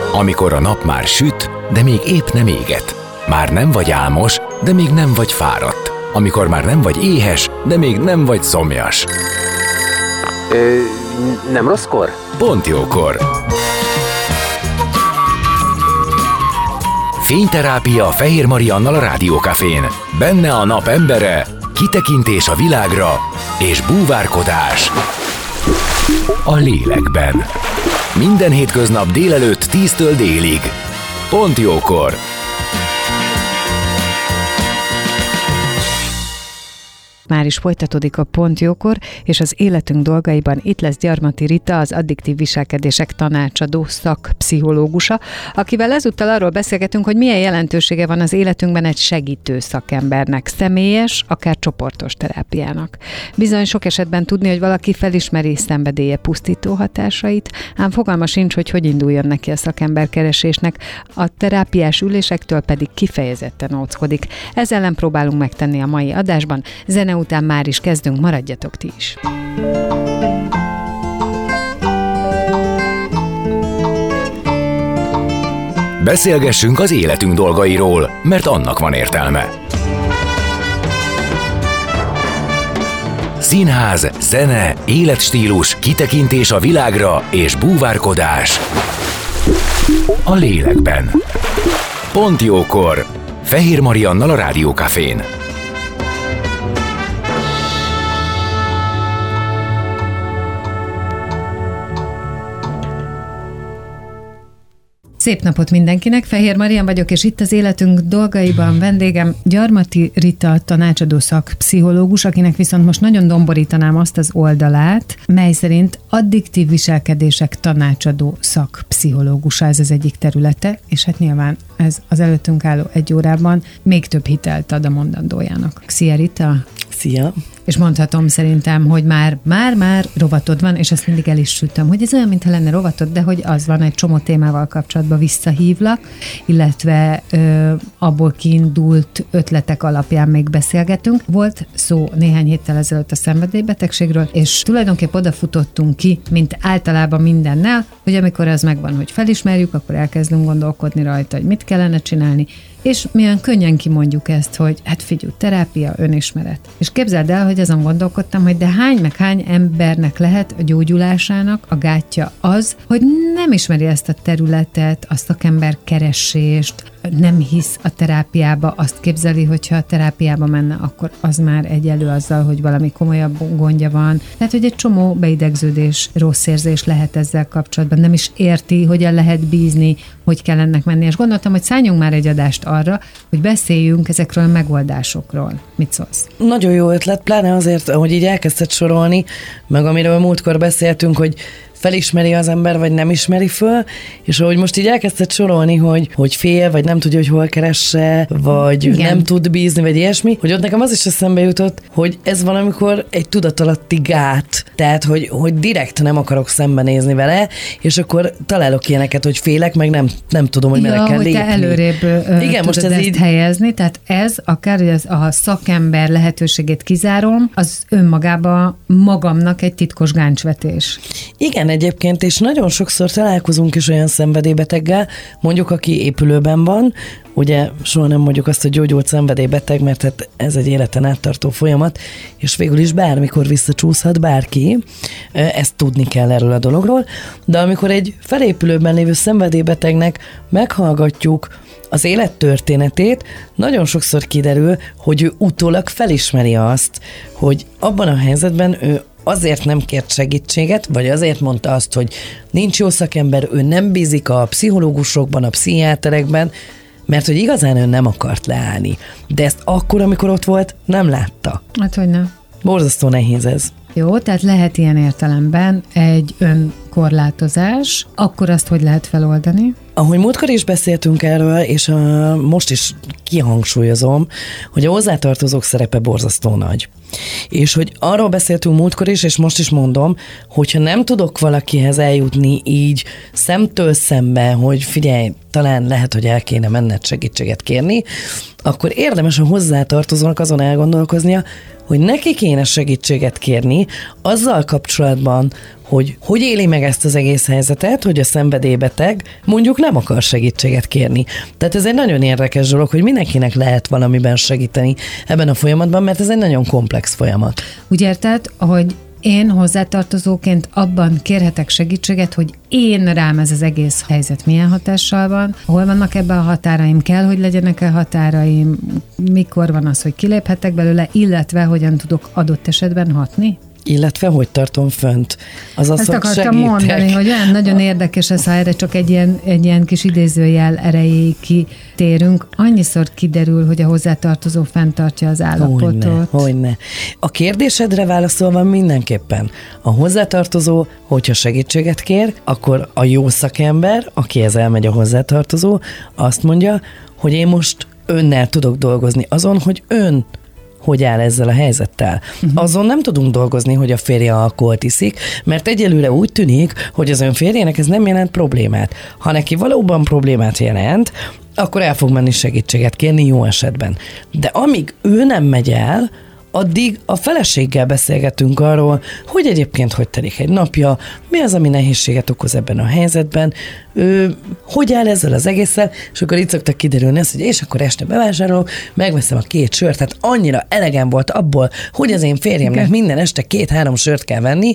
Amikor a nap már süt, de még épp nem éget. Már nem vagy álmos, de még nem vagy fáradt. Amikor már nem vagy éhes, de még nem vagy szomjas. Nem rosszkor? Pont jókor. Fényterápia Fehér Mariannal a Rádiókafén. Benne a nap embere, kitekintés a világra és búvárkodás a lélekben. Minden hétköznap délelőtt 10-től délig. Pont jókor. Már is folytatódik a Pont jókor, és az életünk dolgaiban itt lesz Gyarmati Rita, az addiktív viselkedések tanácsadó szakpszichológusa, akivel ezúttal arról beszélgetünk, hogy milyen jelentősége van az életünkben egy segítő szakembernek, személyes, akár csoportos terápiának. Bizony sok esetben tudni, hogy valaki felismeri szenvedélye pusztító hatásait, ám fogalma sincs, hogy induljon neki a szakemberkeresésnek, a terápiás ülésektől pedig kifejezetten óckodik. Ezzel ellen próbálunk megtenni a mai adásban. Zene után már is kezdünk, maradjatok ti is. Beszélgessünk az életünk dolgairól, mert annak van értelme. Színház, zene, életstílus, kitekintés a világra és búvárkodás a lélekben. Pont jókor. Fehér Mariannal a Rádiókafén. Szép napot mindenkinek, Fehér Marian vagyok, és itt az életünk dolgaiban vendégem Gyarmati Rita, tanácsadó szakpszichológus, akinek viszont most nagyon domborítanám azt az oldalát, mely szerint addiktív viselkedések tanácsadó szakpszichológusa, ez az egyik területe, és hát nyilván ez az előttünk álló egy órában még több hitelt ad a mondandójának. Szia Rita! Szia! És mondhatom szerintem, hogy már rovatod van, és ezt mindig el is sütöm, hogy ez olyan, mintha lenne rovatod, de hogy az van, egy csomó témával kapcsolatban visszahívlak, illetve abból kiindult ötletek alapján még beszélgetünk. Volt szó néhány héttel ezelőtt a szenvedélybetegségről, és tulajdonképp odafutottunk ki, mint általában mindennel, hogy amikor ez megvan, hogy felismerjük, akkor elkezdünk gondolkodni rajta, hogy mit kellene csinálni, és milyen könnyen kimondjuk ezt, hogy hát figyelj, terápia, önismeret. És képzeld el, hogy azon gondolkodtam, hogy de hány embernek lehet a gyógyulásának a gátja az, hogy nem ismeri ezt a területet, a szakemberkeresést, nem hisz a terápiába, azt képzeli, hogyha a terápiába menne, akkor az már egyelő azzal, hogy valami komolyabb gondja van. Tehát, hogy egy csomó beidegződés, rossz érzés lehet ezzel kapcsolatban. Nem is érti, hogyan lehet bízni, hogy kell ennek menni. És gondoltam, hogy szálljunk már egy adást arra, hogy beszéljünk ezekről a megoldásokról. Mit szólsz? Nagyon jó ötlet, pláne azért, hogy így elkezdted sorolni, meg amiről múltkor beszéltünk, hogy felismeri az ember, vagy nem ismeri föl, és ahogy most így elkezdted sorolni, hogy fél, vagy nem tudja, hogy hol keresse, vagy igen, nem tud bízni, vagy ilyesmi, hogy ott nekem az is eszembe jutott, hogy ez valamikor egy tudatalatti gát, tehát, hogy direkt nem akarok szembenézni vele, és akkor találok ilyeneket, hogy félek, meg nem tudom, hogy merre kell lépni. Te előrébb igen, most ez ezt így helyezni, tehát ez akár, hogy a szakember lehetőségét kizárom, az önmagában magamnak egy titkos gáncsvetés. Igen, egyébként, és nagyon sokszor találkozunk is olyan szenvedélybeteggel, mondjuk aki épülőben van, ugye soha nem mondjuk azt, hogy gyógyult szenvedélybeteg, mert hát ez egy életen áttartó folyamat, és végül is bármikor visszacsúszhat bárki, ezt tudni kell erről a dologról, de amikor egy felépülőben lévő szenvedélybetegnek meghallgatjuk az élettörténetét, nagyon sokszor kiderül, hogy ő utólag felismeri azt, hogy abban a helyzetben ő azért nem kért segítséget, vagy azért mondta azt, hogy nincs jó szakember, ő nem bízik a pszichológusokban, a pszichiáterekben, mert hogy igazán ő nem akart leállni. De ezt akkor, amikor ott volt, nem látta. Hát, hogy nem. Borzasztó nehéz ez. Jó, tehát lehet ilyen értelemben egy önkorlátozás, akkor azt hogy lehet feloldani? Ahogy múltkor is beszéltünk erről, és most is kihangsúlyozom, hogy a hozzátartozók szerepe borzasztó nagy. És hogy arról beszéltünk múltkor is, és most is mondom, hogyha nem tudok valakihez eljutni így szemtől szembe, hogy figyelj, talán lehet, hogy el kéne menned segítséget kérni, akkor érdemes a hozzátartozónak azon elgondolkoznia, hogy neki kéne segítséget kérni azzal kapcsolatban, hogy éli meg ezt az egész helyzetet, hogy a szenvedélybeteg mondjuk nem akar segítséget kérni. Tehát ez egy nagyon érdekes dolog, hogy mindenkinek lehet valamiben segíteni ebben a folyamatban, mert ez egy nagyon komplex folyamat. Úgy érted, hogy én hozzátartozóként abban kérhetek segítséget, hogy én rám ez az egész helyzet milyen hatással van, hol vannak ebben a határaim, kell, hogy legyenek-e határaim, mikor van az, hogy kiléphetek belőle, illetve hogyan tudok adott esetben hatni? Illetve hogy tartom fönt. Azaz, ezt hogy akartam segítek. mondani, hogy olyan nagyon érdekes ez, ha erre csak egy ilyen kis idézőjel erejéig kitérünk. Annyiszor kiderül, hogy a hozzátartozó fenntartja az állapotot. Hogyne. A kérdésedre válaszolva mindenképpen. A hozzátartozó, hogyha segítséget kér, akkor a jó szakember, akihez elmegy a hozzátartozó, azt mondja, hogy én most önnel tudok dolgozni azon, hogy ön hogy áll ezzel a helyzettel. Azon nem tudunk dolgozni, hogy a férje alkoholt iszik, mert egyelőre úgy tűnik, hogy az ön férjének ez nem jelent problémát. Ha neki valóban problémát jelent, akkor el fog menni segítséget kérni jó esetben. De amíg ő nem megy el, addig a feleséggel beszélgetünk arról, hogy egyébként hogy telik egy napja, mi az, ami nehézséget okoz ebben a helyzetben, hogy áll ezzel az egésszel, és akkor itt szoktak kiderülni azt, hogy és akkor este bevásárolok, megveszem a 2 sört, tehát annyira elegem volt abból, hogy az én férjemnek minden este 2-3 sört kell venni,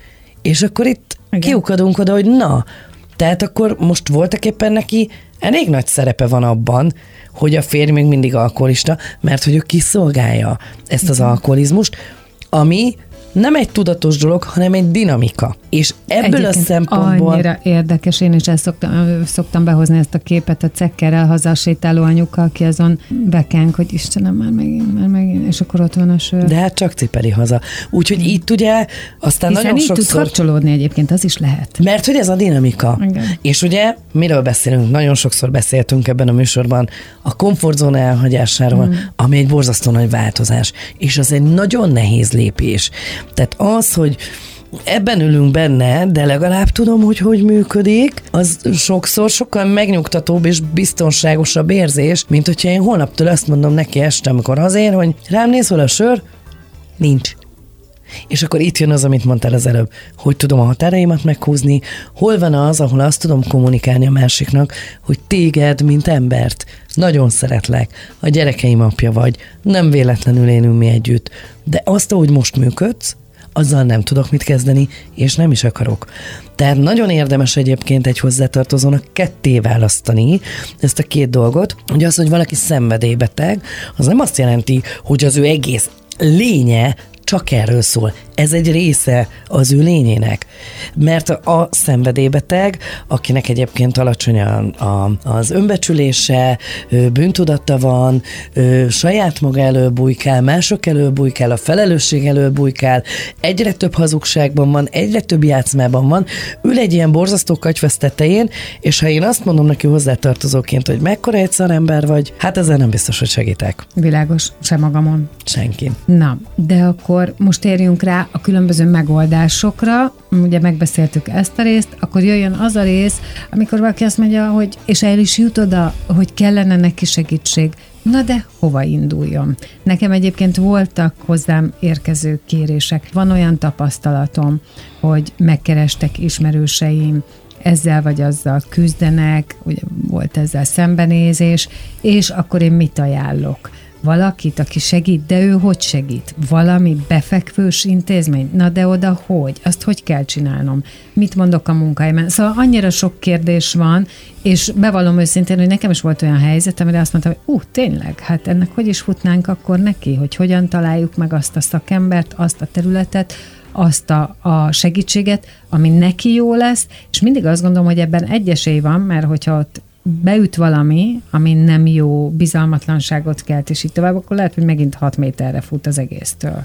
és akkor itt kiukadunk oda, hogy na, tehát akkor most voltak éppen neki elég nagy szerepe van abban, hogy a férj még mindig alkoholista, mert hogy ő kiszolgálja ezt az alkoholizmust, ami nem egy tudatos dolog, hanem egy dinamika. És ebből egyébként a szempontból... annyira érdekes, én is ezt szoktam behozni ezt a képet a cekkerrel hazasétáló anyuka, aki azon bekeng, hogy Istenem, már megint, és akkor ott van a sör. De hát csak cipeli haza. Úgyhogy itt ugye aztán hiszen nagyon így sokszor... tud kapcsolódni egyébként, az is lehet. Mert hogy ez a dinamika. Igen. És ugye miről beszélünk? Nagyon sokszor beszéltünk ebben a műsorban a komfortzóna elhagyásáról, ami egy borzasztó nagy változás. És az egy nagyon nehéz lépés. Tehát az, hogy ebben ülünk benne, de legalább tudom, hogy működik, az sokszor sokkal megnyugtatóbb és biztonságosabb érzés, mint hogyha én holnaptól azt mondom neki este, amikor azért, hogy rám néz hol a sör, nincs. És akkor itt jön az, amit mondtál az előbb, hogy tudom a határaimat meghúzni, hol van az, ahol azt tudom kommunikálni a másiknak, hogy téged, mint embert, nagyon szeretlek, a gyerekeim apja vagy, nem véletlenül élünk mi együtt, de azt, ahogy most működsz, azzal nem tudok mit kezdeni, és nem is akarok. Tehát nagyon érdemes egyébként egy hozzátartozónak ketté választani ezt a 2 dolgot, hogy az, hogy valaki szenvedélybeteg, az nem azt jelenti, hogy az ő egész lénye csak erről szól. Ez egy része az ő lényének. Mert a szenvedélybeteg, akinek egyébként alacsony az önbecsülése, bűntudata van, saját maga elől bujkál, mások elől bujkál, a felelősség elől bujkál, egyre több hazugságban van, egyre több játszmában van, ül egy ilyen borzasztó katyvasz tetején, és ha én azt mondom neki hozzátartozóként, hogy mekkora egy szarember vagy, hát ezzel nem biztos, hogy segítek. Világos, sem magamon. Senki. Na, de akkor most térjünk rá a különböző megoldásokra, ugye megbeszéltük ezt a részt, akkor jöjjön az a rész, amikor valaki azt mondja, hogy és el is jut oda, hogy kellene neki segítség. Na de hova induljon? Nekem egyébként voltak hozzám érkező kérések. Van olyan tapasztalatom, hogy megkerestek ismerőseim, ezzel vagy azzal küzdenek, ugye volt ezzel szembenézés, és akkor én mit ajánlok? Valakit, aki segít, de ő hogy segít? Valami befekvős intézmény? Na de oda hogy? Azt hogy kell csinálnom? Mit mondok a munkahelyemen? Szóval annyira sok kérdés van, és bevallom őszintén, hogy nekem is volt olyan helyzet, amire azt mondtam, hogy tényleg, hát ennek hogy is futnánk akkor neki, hogy hogyan találjuk meg azt a szakembert, azt a területet, azt a segítséget, ami neki jó lesz, és mindig azt gondolom, hogy ebben egy esély van, mert hogyha ott beüt valami, ami nem jó, bizalmatlanságot kelt, és így tovább, akkor lehet, hogy megint 6 méterre fut az egésztől.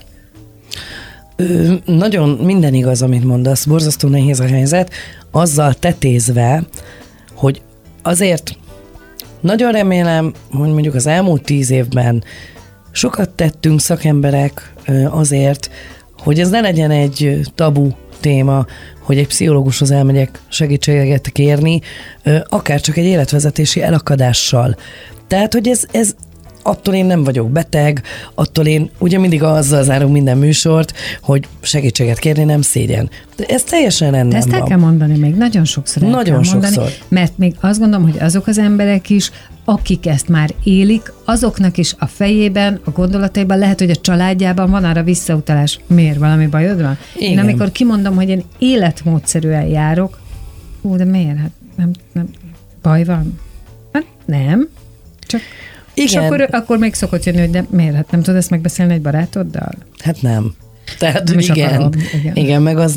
Nagyon minden igaz, amit mondasz, borzasztó nehéz a helyzet, azzal tetézve, hogy azért nagyon remélem, hogy mondjuk az elmúlt 10 évben sokat tettünk szakemberek azért, hogy ez ne legyen egy tabu téma, hogy egy pszichológushoz elmegyek segítséget kérni, akár csak egy életvezetési elakadással. Tehát, hogy ez attól én nem vagyok beteg, attól én ugye mindig azzal zárunk minden műsort, hogy segítséget kérni nem szégyen. De ez teljesen rendben van. De ezt el kell mondani még, nagyon sokszor nagyon sokszor. Mondani, mert még azt gondolom, hogy azok az emberek is, akik ezt már élik, azoknak is a fejében, a gondolataiban lehet, hogy a családjában van arra visszautalás. Miért? Valami bajod van? Igen. Én amikor kimondom, hogy én életmódszerűen járok, de miért? Hát nem baj van? Hát nem. Csak igen. És akkor még szokott jönni, hogy de miért? Hát nem tudod ezt megbeszélni egy barátoddal? Hát nem. Tehát nem igen, meg azt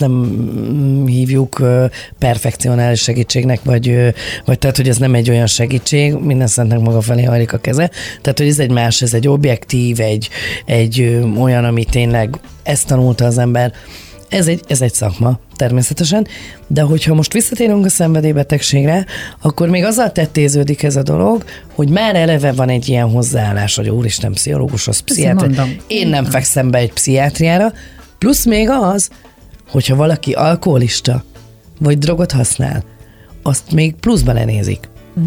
nem hívjuk perfekcionális segítségnek, vagy tehát, hogy ez nem egy olyan segítség, minden szentnek maga felé hajlik a keze. Tehát, hogy ez egy más, ez egy objektív, egy olyan, ami tényleg ezt tanulta az ember. Ez egy szakma, természetesen, de hogyha most visszatérünk a szenvedélybetegségre, akkor még azzal tettéződik ez a dolog, hogy már eleve van egy ilyen hozzáállás, hogy úristen, pszichológus, az pszichiáter. Én nem fekszem be egy pszichiátriára, plusz még az, hogyha valaki alkoholista, vagy drogot használ, azt még pluszban lenézik.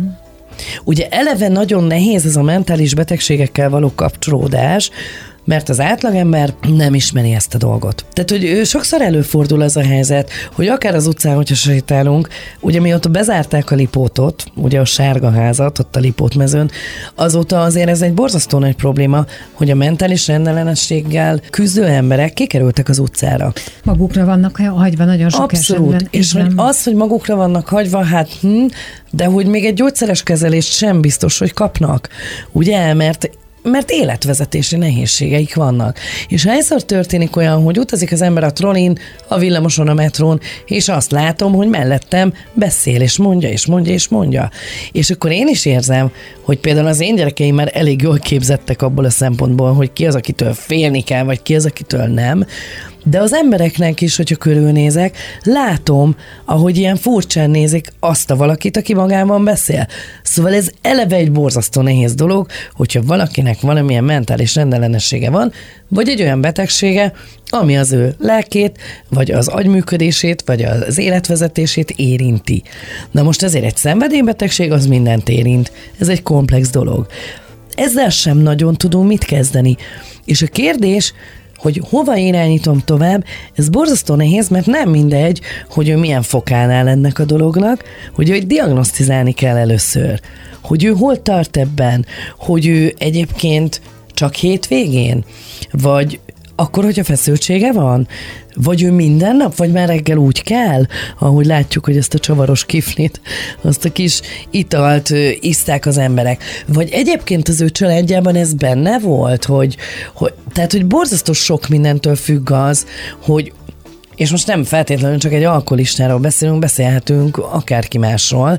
Ugye eleve nagyon nehéz ez a mentális betegségekkel való kapcsolódás, mert az átlagember nem ismeri ezt a dolgot. Tehát, hogy sokszor előfordul az a helyzet, hogy akár az utcán, hogyha sétálunk, ugye mióta bezárták a Lipótot, ugye a sárga házat, ott a Lipót mezőn, azóta azért ez egy borzasztó nagy probléma, hogy a mentális rendellenességgel küzdő emberek kikerültek az utcára. Magukra vannak hagyva nagyon sok Abszolút. esetben. És hogy az, hogy magukra vannak hagyva, hát de hogy még egy gyógyszeres kezelést sem biztos, hogy kapnak. Ugye, mert életvezetési nehézségeik vannak. És ha egyszer történik olyan, hogy utazik az ember a trollin, a villamoson, a metrón, és azt látom, hogy mellettem beszél, és mondja, és mondja, és mondja. És akkor én is érzem, hogy például az én gyerekeim már elég jól képzettek abból a szempontból, hogy ki az, akitől félni kell, vagy ki az, akitől nem. De az embereknek is, hogyha körülnézek, látom, ahogy ilyen furcsán nézik azt a valakit, aki magában beszél. Szóval ez eleve egy borzasztó nehéz dolog, hogyha valakinek valamilyen mentális rendellenessége van, vagy egy olyan betegsége, ami az ő lelkét, vagy az agyműködését, vagy az életvezetését érinti. Na most ezért egy szenvedélybetegség az mindent érint. Ez egy komplex dolog. Ezzel sem nagyon tudunk mit kezdeni. És a kérdés, hogy hova irányítom tovább, ez borzasztó nehéz, mert nem mindegy, hogy ő milyen fokán áll ennek a dolognak, hogy ő diagnosztizálni kell először, hogy ő hol tart ebben, hogy ő egyébként csak hétvégén, vagy akkor, hogyha feszültsége van, vagy ő minden nap, vagy már reggel úgy kell, ahogy látjuk, hogy ezt a csavaros kiflit, azt a kis italt iszták az emberek. Vagy egyébként az ő családjában ez benne volt, tehát, hogy borzasztó sok mindentől függ az, hogy és most nem feltétlenül csak egy alkoholistáról beszélhetünk akárki másról,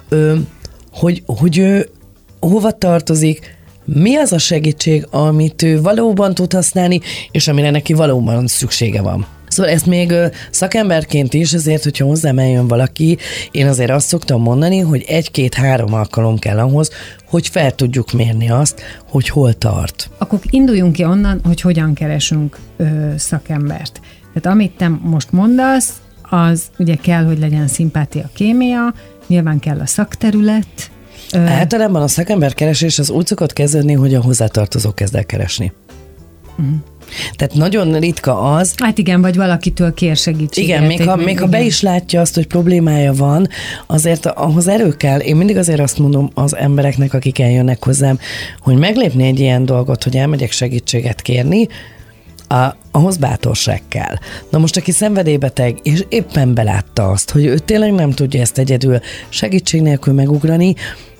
hogy ő hova tartozik, mi az a segítség, amit ő valóban tud használni, és amire neki valóban szüksége van. Szóval ezt még szakemberként is, ezért, hogyha hozzám eljön valaki, én azért azt szoktam mondani, hogy 1-2-3 alkalom kell ahhoz, hogy fel tudjuk mérni azt, hogy hol tart. Akkor induljunk ki onnan, hogy hogyan keresünk szakembert. Tehát amit te most mondasz, az ugye kell, hogy legyen szimpátia, kémia, nyilván kell a szakterület. Általában a szakemberkeresés az úgy szokott kezdődni, hogy a hozzátartozó kezd el keresni. Tehát nagyon ritka az. Hát igen, vagy valakitől kér segítséget. Igen, még ha be is látja azt, hogy problémája van, azért ahhoz erő kell. Én mindig azért azt mondom az embereknek, akik eljönnek hozzám, hogy meglépni egy ilyen dolgot, hogy elmegyek segítséget kérni, ahhoz bátorság kell. Na most, aki szenvedélybeteg, és éppen belátta azt, hogy ő tényleg nem tudja ezt egyedül segítség nélkül megugrani,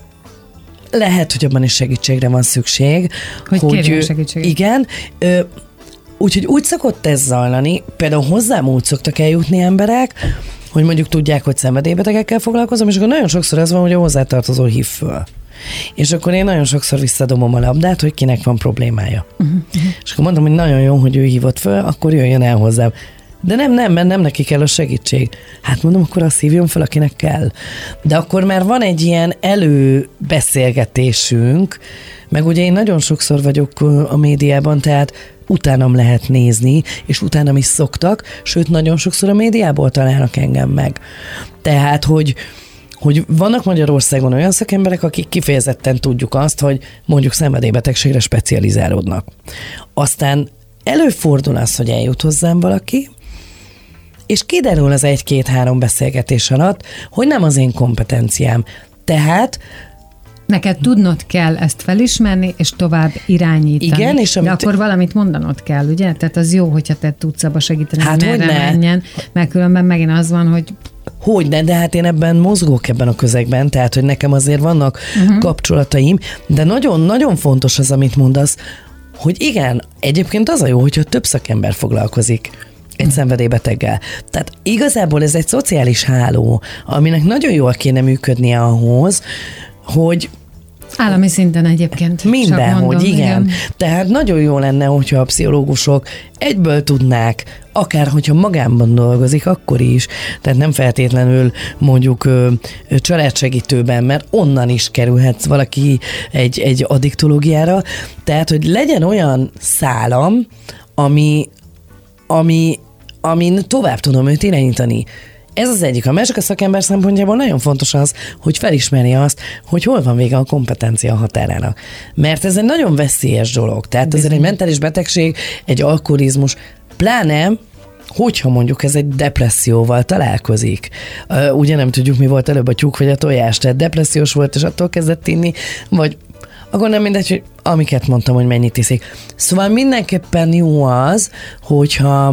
lehet, hogy abban is segítségre van szükség. Hogy kérjünk segítséget. Igen. Úgyhogy úgy szokott ez zajlani, például hozzám úgy szoktak eljutni emberek, hogy mondjuk tudják, hogy szenvedélybetegekkel foglalkozom, és akkor nagyon sokszor ez van, hogy a hozzátartozó hív föl. És akkor én nagyon sokszor visszadobom a labdát, hogy kinek van problémája. És akkor mondom, hogy nagyon jó, hogy ő hívott föl, akkor jöjjön el hozzám. De nem, mert nem neki kell a segítség. Hát mondom, akkor azt hívjon fel, akinek kell. De akkor már van egy ilyen előbeszélgetésünk, meg ugye én nagyon sokszor vagyok a médiában, tehát utánam lehet nézni, és utánam is szoktak, sőt, nagyon sokszor a médiából találnak engem meg. Tehát, hogy hogy vannak Magyarországon olyan szakemberek, akik kifejezetten tudjuk azt, hogy mondjuk szenvedélybetegségre specializálódnak. Aztán előfordul az, hogy eljut hozzám valaki, és kiderül az 1-2-3 beszélgetés alatt, hogy nem az én kompetenciám. Tehát neked tudnod kell ezt felismerni, és tovább irányítani. Igen, és de akkor valamit mondanod kell, ugye? Tehát az jó, hogyha te tudsz abba segíteni, hát, hogy merre menjen, mert különben megint az van, hogy hogyne, de hát én ebben mozgok ebben a közegben, tehát, hogy nekem azért vannak kapcsolataim, de nagyon-nagyon fontos az, amit mondasz, hogy igen, egyébként az a jó, hogyha több szakember foglalkozik egy szenvedélybeteggel. Tehát igazából ez egy szociális háló, aminek nagyon jól kéne működnie ahhoz, hogy állami szinten egyébként. Mindenhogy, igen. Tehát nagyon jó lenne, hogyha a pszichológusok egyből tudnák, akár hogyha magánban dolgozik, akkor is, tehát nem feltétlenül mondjuk családsegítőben, mert onnan is kerülhetsz valaki egy addiktológiára, tehát hogy legyen olyan szálam, amin tovább tudom őt irányítani. Ez az egyik. A másik a szakember szempontjából nagyon fontos az, hogy felismeri azt, hogy hol van vége a kompetencia határának. Mert ez egy nagyon veszélyes dolog. Tehát azért egy mentális betegség, egy alkoholizmus, pláne, hogyha mondjuk ez egy depresszióval találkozik. Ugye nem tudjuk, mi volt előbb, a tyúk vagy a tojás, tehát depressziós volt, és attól kezdett inni, vagy akkor nem mindegy, hogy amiket mondtam, hogy mennyit iszik. Szóval mindenképpen jó az, hogyha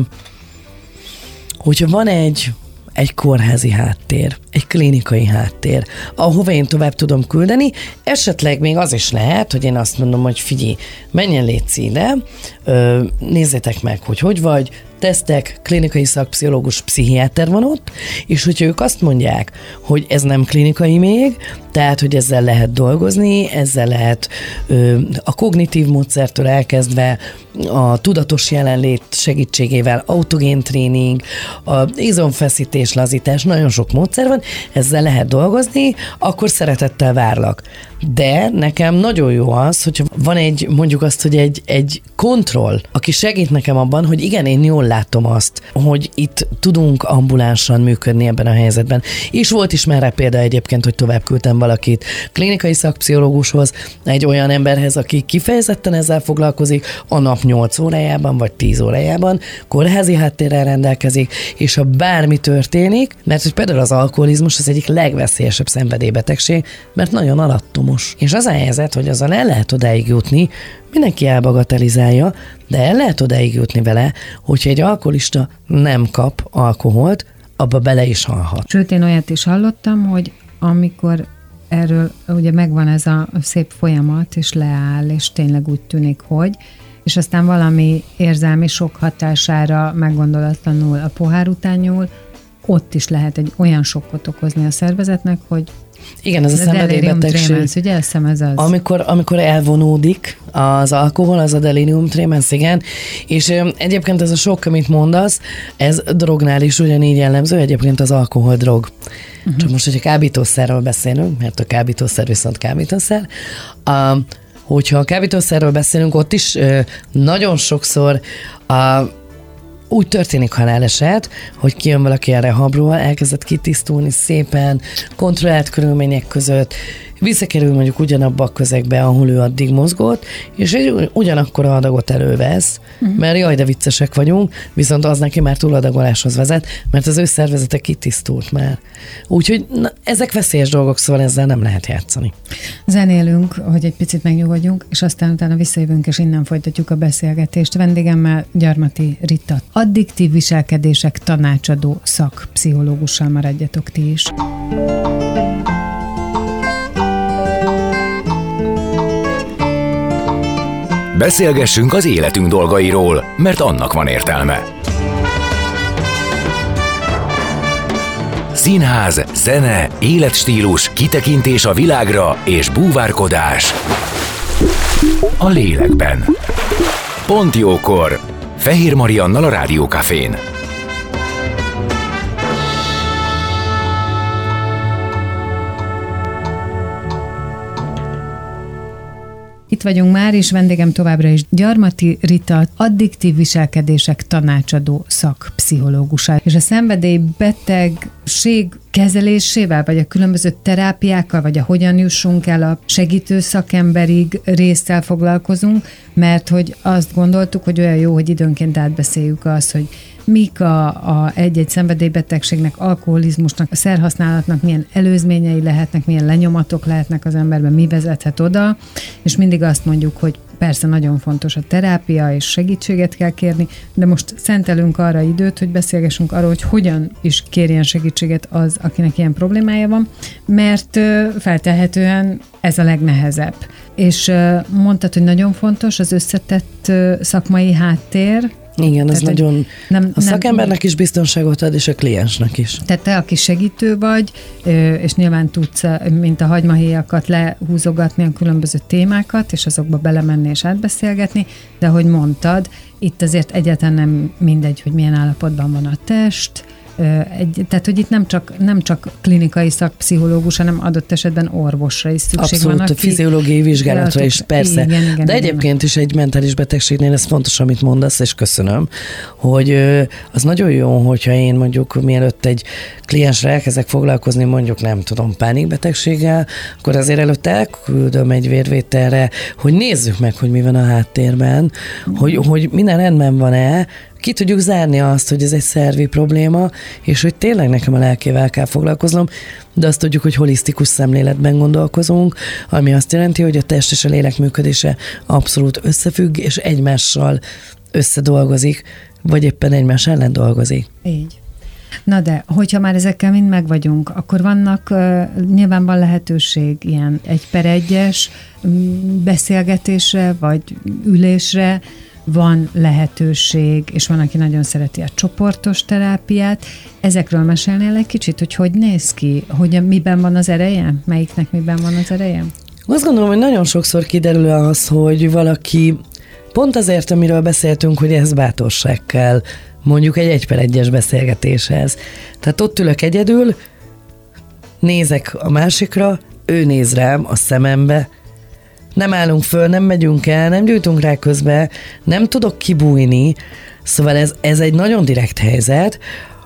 van egy kórházi háttér, egy klinikai háttér, ahova én tovább tudom küldeni, esetleg még az is lehet, hogy én azt mondom, hogy figyelj, menjen légy ide, nézzétek meg, hogy vagy, tesztek, klinikai szakpszichológus, pszichiáter van ott, és hogyha ők azt mondják, hogy ez nem klinikai még, tehát, hogy ezzel lehet dolgozni, ezzel lehet a kognitív módszertől elkezdve a tudatos jelenlét segítségével, autogén tréning, a izomfeszítés, lazítás, nagyon sok módszer van, ezzel lehet dolgozni, akkor szeretettel várlak. De nekem nagyon jó az, hogyha van mondjuk azt, hogy egy kontroll, aki segít nekem abban, hogy igen, én jól látom azt, hogy itt tudunk ambulánsan működni ebben a helyzetben. És volt is már rá példa egyébként, hogy tovább küldtem valakit klinikai szakpszichológushoz, egy olyan emberhez, aki kifejezetten ezzel foglalkozik, a nap 8 órájában vagy 10 órájában, kórházi háttérrel rendelkezik, és ha bármi történik, mert hogy például az alkoholizmus az egyik legveszélyesebb szenvedélybetegség, mert nagyon alattomos. És az a helyzet, hogy azzal el lehet odáig jutni, mindenki elbagatelizálja, de el lehet odáig jutni vele, hogyha egy alkoholista nem kap alkoholt, abba bele is halhat. Sőt, én olyat is hallottam, hogy amikor erről ugye megvan ez a szép folyamat, és leáll, és tényleg úgy tűnik, hogy, és aztán valami érzelmi sok hatására meggondolatlanul a pohár után nyúl, ott is lehet egy olyan sokkot okozni a szervezetnek, hogy igen, ez a szenvedélybetegség. Ugye azt hiszem ez az. Amikor elvonódik az alkohol, az a delirium tremens, igen. És egyébként ez a sok, amit mondasz, ez drognál is ugyanígy jellemző, egyébként az alkohol drog. Csak most, hogyha kábítószerről beszélünk, mert a kábítószer viszont kábítószer, hogyha a kábítószerről beszélünk, ott is nagyon sokszor úgy történik haláleset, hogy kijön valaki a rehabról, elkezdett kitisztulni szépen, kontrollált körülmények között, visszakerül mondjuk ugyanabba a közegbe, ahol ő addig mozgott, és egy ugyanakkora adagot elővesz, mert jaj, de viccesek vagyunk, viszont az neki már túladagoláshoz vezet, mert az ő szervezete kitisztult már. Úgyhogy ezek veszélyes dolgok, szóval ezzel nem lehet játszani. Zenélünk, hogy egy picit megnyugodjunk, és aztán utána visszajövünk, és innen folytatjuk a beszélgetést. Vendégemmel Gyarmati Rita, addiktív viselkedések tanácsadó szakpszichológussal, maradjatok ti is. Beszélgessünk az életünk dolgairól, mert annak van értelme. Színház, zene, életstílus, kitekintés a világra és búvárkodás a lélekben. Pont jókor! Fehér Mariannal a Rádió Cafén. Itt vagyunk már, és vendégem továbbra is Gyarmati Rita, addiktív viselkedések tanácsadó szakpszichológusa. És a szenvedélybetegség kezelésével, vagy a különböző terápiákkal, vagy a hogyan jussunk el a segítő szakemberig résztel foglalkozunk, mert hogy azt gondoltuk, hogy olyan jó, hogy időnként átbeszéljük azt, hogy mik egy-egy szenvedélybetegségnek, alkoholizmusnak, a szerhasználatnak milyen előzményei lehetnek, milyen lenyomatok lehetnek az emberben, mi vezethet oda, és mindig azt mondjuk, hogy persze nagyon fontos a terápia, és segítséget kell kérni, de most szentelünk arra időt, hogy beszélgessünk arról, hogy hogyan is kérjen segítséget az, akinek ilyen problémája van, mert feltehetően ez a legnehezebb. És mondtad, hogy nagyon fontos az összetett szakmai háttér. Igen, ez nagyon a szakembernek is biztonságot ad, és a kliensnek is. Tehát te, aki segítő vagy, és nyilván tudsz, mint a hagymahéjakat lehúzogatni a különböző témákat, és azokba belemenni és átbeszélgetni, de ahogy mondtad, itt azért egyáltalán nem mindegy, hogy milyen állapotban van a test, tehát, hogy itt nem csak klinikai szakpszichológus, hanem adott esetben orvosra is szükség Abszolút, van. Abszolút, a fiziológiai vizsgálatra is, persze. Igen, de egyébként is egy mentális betegségnél ez fontos, amit mondasz, és köszönöm, hogy az nagyon jó, hogyha én mondjuk mielőtt egy kliensre elkezdek foglalkozni, mondjuk nem tudom, pánikbetegséggel, akkor azért előtt elküldöm egy vérvételre, hogy nézzük meg, hogy mi van a háttérben, hogy minden rendben van-e, ki tudjuk zárni azt, hogy ez egy szervi probléma, és hogy tényleg nekem a lelkével kell foglalkoznom, de azt tudjuk, hogy holisztikus szemléletben gondolkozunk, ami azt jelenti, hogy a test és a lélek működése abszolút összefügg, és egymással összedolgozik, vagy éppen egymás ellen dolgozik. Így. Na de, hogyha már ezekkel mind megvagyunk, akkor vannak, nyilván van lehetőség ilyen 1/1-es beszélgetésre, vagy ülésre, van lehetőség, és van, aki nagyon szereti a csoportos terápiát. Ezekről mesélnél egy kicsit, hogy néz ki, hogy miben van az ereje? Melyiknek miben van az ereje? Azt gondolom, hogy nagyon sokszor kiderül az, hogy valaki pont azért, amiről beszéltünk, hogy ez bátorság kell, mondjuk egy 1/1-es beszélgetéshez. Tehát ott ülök egyedül, nézek a másikra, ő néz rám a szemembe, nem állunk föl, nem megyünk el, nem gyújtunk rá közbe, nem tudok kibújni, szóval ez egy nagyon direkt helyzet,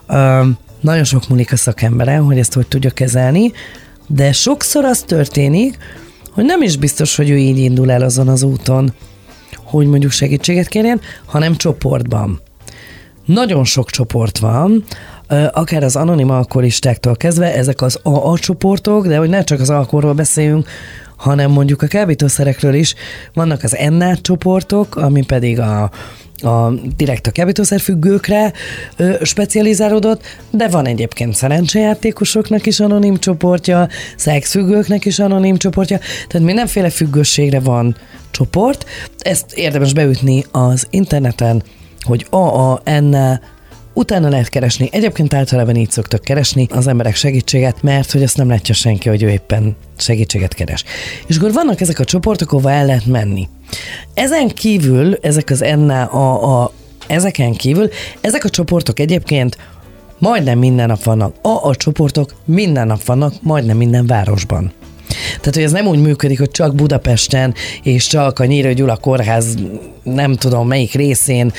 nagyon sok múlik a szakemberen, hogy ezt hogy tudja kezelni, de sokszor az történik, hogy nem is biztos, hogy ő így indul el azon az úton, hogy mondjuk segítséget kérjen, hanem csoportban. Nagyon sok csoport van, akár az anonim alkoholistáktól kezdve, ezek az AA csoportok, de hogy ne csak az alkoholról beszéljünk, hanem mondjuk a kábítószerekről is. Vannak az NA csoportok, ami pedig direkt a kábítószerfüggőkre specializálódott, de van egyébként szerencsejátékosoknak is anonim csoportja, szexfüggőknek is anonim csoportja, tehát mindenféle függőségre van csoport. Ezt érdemes beütni az interneten, hogy AA, NA, utána lehet keresni. Egyébként általában így szoktak keresni az emberek segítséget, mert hogy azt nem látja senki, hogy ő éppen segítséget keres. És akkor vannak ezek a csoportok, ahova el lehet menni. Ezen kívül, ezek az NA, ezeken kívül, ezek a csoportok egyébként majdnem minden nap vannak. A csoportok minden nap vannak, majdnem minden városban. Tehát, hogy ez nem úgy működik, hogy csak Budapesten és csak a Nyírő Gyula kórház nem tudom melyik részén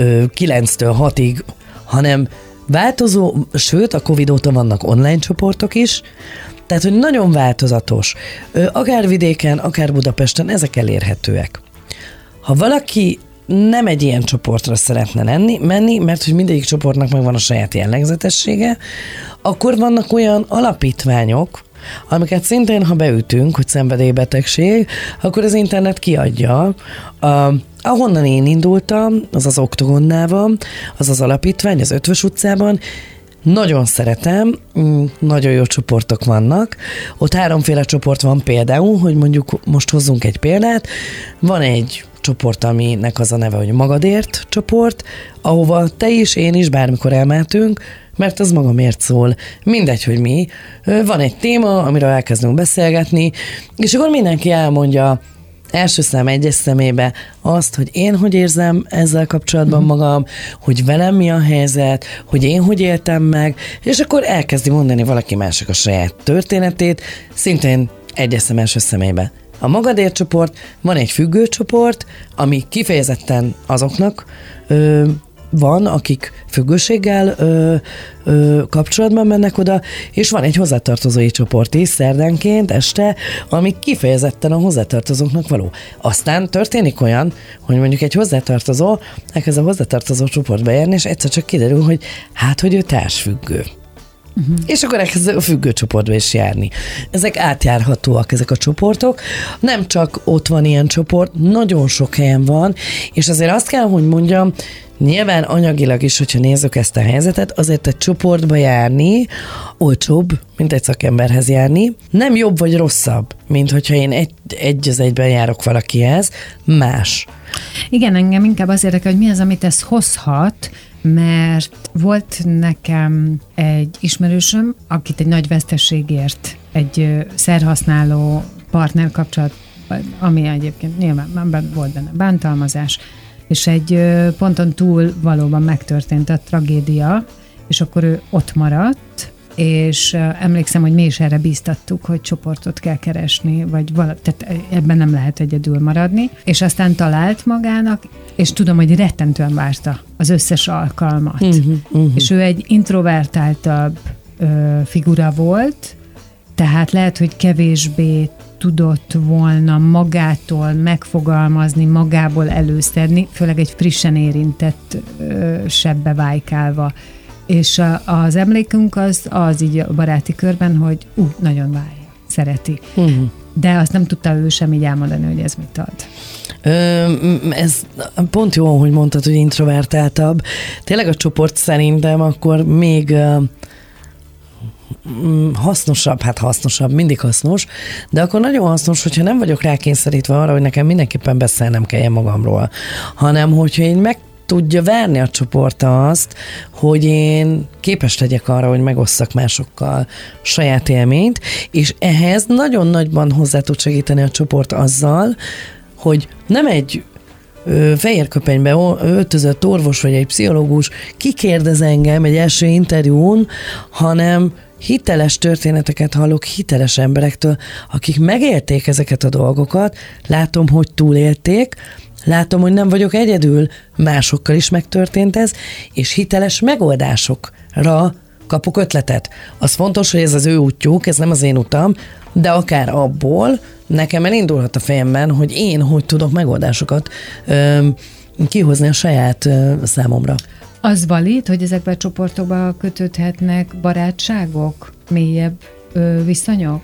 9-től 6-ig, hanem változó, sőt a Covid óta vannak online csoportok is, tehát, hogy nagyon változatos. Akár vidéken, akár Budapesten ezek elérhetőek. Ha valaki nem egy ilyen csoportra szeretne menni, mert hogy mindegyik csoportnak megvan a saját jellegzetessége, akkor vannak olyan alapítványok, amiket szintén, ha beütünk, hogy szenvedélybetegség, akkor az internet kiadja. Ahonnan én indultam, az az Oktogonnál van, az az alapítvány, az Ötvös utcában, nagyon szeretem, nagyon jó csoportok vannak. Ott 3 csoport van például, hogy mondjuk most hozzunk egy példát. Van egy csoport, aminek az a neve, hogy Magadért csoport, ahova te is, én is bármikor elmehetünk, mert az magamért szól. Mindegy, hogy mi. Van egy téma, amiről elkezdünk beszélgetni, és akkor mindenki elmondja első szám, egyes szemébe azt, hogy én hogy érzem ezzel kapcsolatban magam, hogy velem mi a helyzet, hogy én hogy éltem meg, és akkor elkezdi mondani valaki mások a saját történetét, szintén egyes szám, első szemébe. A Magadért csoport, van egy függő csoport, ami kifejezetten azoknak van, akik függőséggel kapcsolatban mennek oda, és van egy hozzátartozói csoport is szerdánként este, ami kifejezetten a hozzátartozóknak való. Aztán történik olyan, hogy mondjuk egy hozzátartozó elkezd a hozzátartozó csoportba járni, és egyszer csak kiderül, hogy ő társfüggő. Uh-huh. És akkor elkezd a függőcsoportba is járni. Ezek átjárhatóak, ezek a csoportok. Nem csak ott van ilyen csoport, nagyon sok helyen van, és azért azt kell, hogy mondjam, nyilván anyagilag is, hogyha nézzük ezt a helyzetet, azért egy csoportba járni olcsóbb, mint egy szakemberhez járni. Nem jobb vagy rosszabb, mint hogyha én egy az egyben járok valakihez, más. Igen, engem inkább az érdekel, hogy mi az, amit ez hozhat, mert volt nekem egy ismerősöm, akit egy nagy veszteségért egy szerhasználó partner kapcsolat, ami egyébként nyilván volt benne bántalmazás, és egy ponton túl valóban megtörtént a tragédia, és akkor ő ott maradt, és emlékszem, hogy mi is erre bíztattuk, hogy csoportot kell keresni, tehát ebben nem lehet egyedül maradni, és aztán talált magának, és tudom, hogy rettentően várta az összes alkalmat. És ő egy introvertáltabb figura volt, tehát lehet, hogy kevésbé tudott volna magától megfogalmazni, magából előszedni, főleg egy frissen érintett sebbe vájkálva. És az emlékünk az így a baráti körben, hogy nagyon várja, szereti. De azt nem tudta ő sem így elmondani, hogy ez mit ad. Ez pont jó, hogy mondtad, hogy introvertáltabb. Tényleg a csoport szerintem akkor még hasznosabb, mindig hasznos, de akkor nagyon hasznos, hogyha nem vagyok rákényszerítve arra, hogy nekem mindenképpen beszélnem kelljen magamról, hanem hogyha én meg tudja várni a csoport azt, hogy én képes legyek arra, hogy megosszak másokkal saját élményt, és ehhez nagyon nagyban hozzá tud segíteni a csoport azzal, hogy nem egy fehér köpenybe öltözött orvos vagy egy pszichológus kikérdez engem egy első interjún, hanem hiteles történeteket hallok hiteles emberektől, akik megélték ezeket a dolgokat, látom, hogy túlélték, látom, hogy nem vagyok egyedül, másokkal is megtörtént ez, és hiteles megoldásokra kapok ötletet. Az fontos, hogy ez az ő útjuk, ez nem az én utam, de akár abból nekem elindulhat a fejemben, hogy én hogy tudok megoldásokat kihozni a saját számomra. Az valid, hogy ezekben a csoportokban kötődhetnek barátságok, mélyebb viszonyok?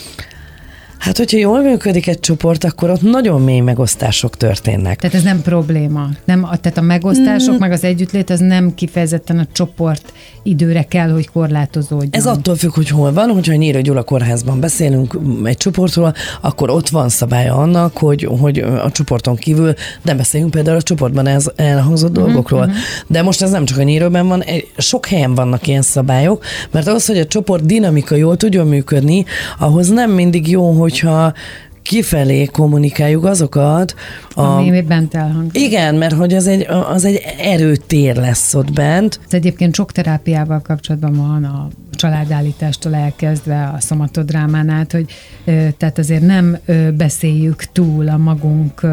Hát, hogyha jól működik egy csoport, akkor ott nagyon mély megosztások történnek. Tehát ez nem probléma. Tehát a megosztások, meg az együttlét, az nem kifejezetten a csoport időre kell, hogy korlátozódjon. Ez attól függ, hogy hol van, hogyha Nyíri Gyula kórházban beszélünk egy csoportról, akkor ott van szabálya annak, hogy a csoporton kívül nem beszélünk például a csoportban elhangzott dolgokról. De most ez nem csak a Nyíriben van, sok helyen vannak ilyen szabályok, mert ahhoz, hogy a csoport dinamika jól tudjon működni, ahhoz nem mindig jó, hogyha kifelé kommunikáljuk azokat. Ami bent elhangzik. Igen, mert hogy az egy erőtér lesz ott bent. Ez egyébként sok terápiával kapcsolatban van, a családállítástól elkezdve a szomatodrámán át, hogy tehát azért nem beszéljük túl a magunk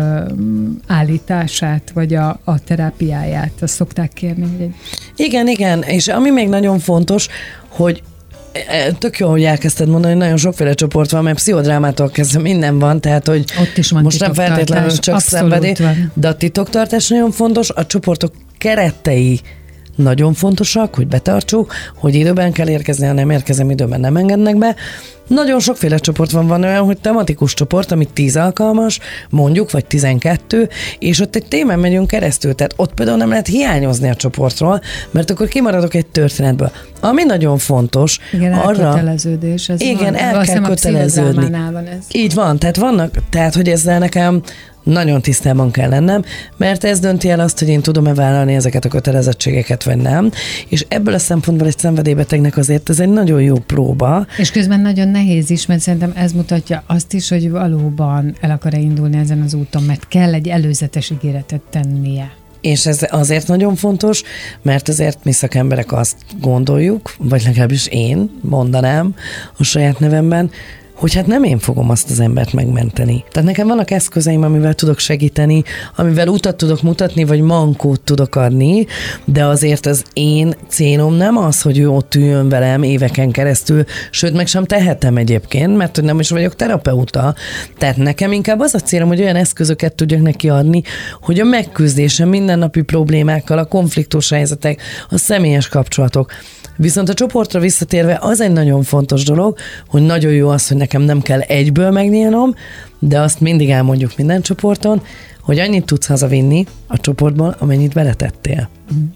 állítását, vagy a terápiáját. Azt szokták kérni. Hogy Igen, és ami még nagyon fontos, hogy tök jó, hogy elkezdted mondani, hogy nagyon sokféle csoport van, mert pszichodrámától kezdve minden van, tehát hogy ott is van most nem feltétlenül csak szenvedély, de a titoktartás nagyon fontos, a csoportok keretei nagyon fontosak, hogy betartsuk, hogy időben kell érkezni, ha nem érkezem időben, nem engednek be. Nagyon sokféle csoport van olyan, hogy tematikus csoport, amit 10 alkalmas, mondjuk, vagy 12, és ott egy témán megyünk keresztül, tehát ott például nem lehet hiányozni a csoportról, mert akkor kimaradok egy történetből. Ami nagyon fontos, igen, elköteleződés. Igen, el kell köteleződni. Így van, tehát hogy ezzel nekem nagyon tisztában kell lennem, mert ez dönti el azt, hogy én tudom-e vállalni ezeket a kötelezettségeket, vagy nem. És ebből a szempontból egy szenvedélybetegnek azért ez egy nagyon jó próba. És közben nagyon nehéz is, mert szerintem ez mutatja azt is, hogy valóban el akar-e indulni ezen az úton, mert kell egy előzetes ígéretet tennie. És ez azért nagyon fontos, mert azért mi szakemberek azt gondoljuk, vagy legalábbis én mondanám a saját nevemben, hogy hát nem én fogom azt az embert megmenteni. Tehát nekem vannak eszközeim, amivel tudok segíteni, amivel utat tudok mutatni, vagy mankót tudok adni, de azért az én célom nem az, hogy ő ott üljön velem éveken keresztül, sőt, meg sem tehetem egyébként, mert hogy nem is vagyok terapeuta. Tehát nekem inkább az a célom, hogy olyan eszközöket tudjak neki adni, hogy a megküzdése mindennapi problémákkal, a konfliktus helyzetek, a személyes kapcsolatok. Viszont a csoportra visszatérve az egy nagyon fontos dolog, hogy nagyon jó az, hogy nekem nem kell egyből megnyílnom, de azt mindig elmondjuk minden csoporton, hogy annyit tudsz hazavinni a csoportból, amennyit beletettél.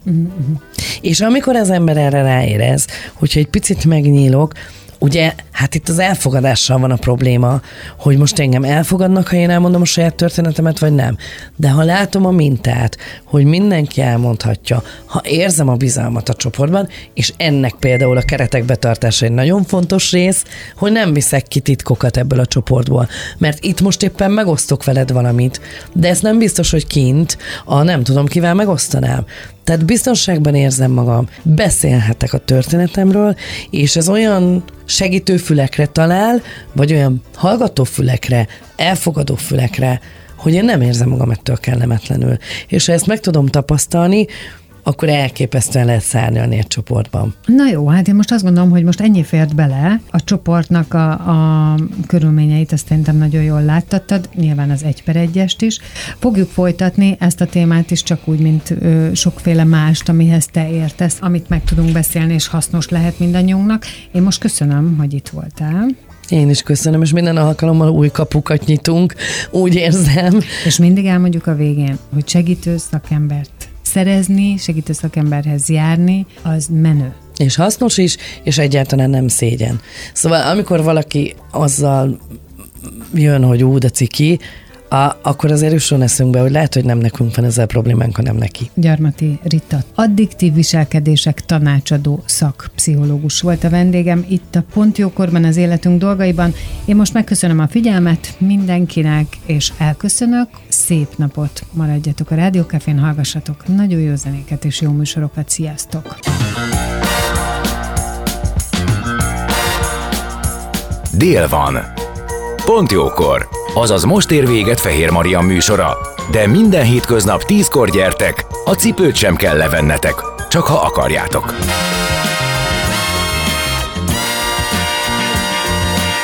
És amikor az ember erre ráérez, hogyha egy picit megnyílok, ugye, hát itt az elfogadással van a probléma, hogy most engem elfogadnak, ha én elmondom a saját történetemet, vagy nem. De ha látom a mintát, hogy mindenki elmondhatja, ha érzem a bizalmat a csoportban, és ennek például a keretek betartása egy nagyon fontos rész, hogy nem viszek ki titkokat ebből a csoportból. Mert itt most éppen megosztok veled valamit, de ezt nem biztos, hogy kint nem tudom kivel megosztanám. Tehát biztonságban érzem magam, beszélhetek a történetemről, és ez olyan segítő fülekre talál, vagy olyan hallgató fülekre, elfogadó fülekre, hogy én nem érzem magam ettől kellemetlenül. És ha ezt meg tudom tapasztalni, akkor elképesztően lehet szárnyalni egy csoportban. Na jó, hát én most azt gondolom, hogy most ennyi fért bele, a csoportnak a körülményeit azt szerintem nagyon jól láttattad, nyilván az 1/1-est is. Fogjuk folytatni ezt a témát is csak úgy, mint sokféle mást, amihez te értesz, amit meg tudunk beszélni, és hasznos lehet mindannyiunknak. Én most köszönöm, hogy itt voltál. Én is köszönöm, és minden alkalommal új kapukat nyitunk, úgy érzem. És mindig elmondjuk a végén, hogy segítő szakembert szerezni, segítő szakemberhez járni, az menő. És hasznos is, és egyáltalán nem szégyen. Szóval amikor valaki azzal jön, hogy de ciki, akkor azért jusson eszünkbe, hogy lehet, hogy nem nekünk van ezzel problémánk, hanem neki. Gyarmati Rita, addiktív viselkedések tanácsadó szakpszichológus volt a vendégem itt a Pont Jókorban az életünk dolgaiban. Én most megköszönöm a figyelmet mindenkinek, és elköszönök. Szép napot, maradjatok a Rádió Cafén, hallgassatok nagyon jó zenéket és jó műsorokat. Sziasztok! Dél van. Pont jókor. Azaz most ér véget Fehér Marian műsora. De minden hétköznap 10-kor gyertek, a cipőt sem kell levennetek, csak ha akarjátok.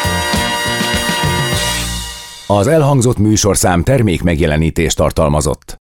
Az elhangzott műsorszám termék megjelenítést tartalmazott.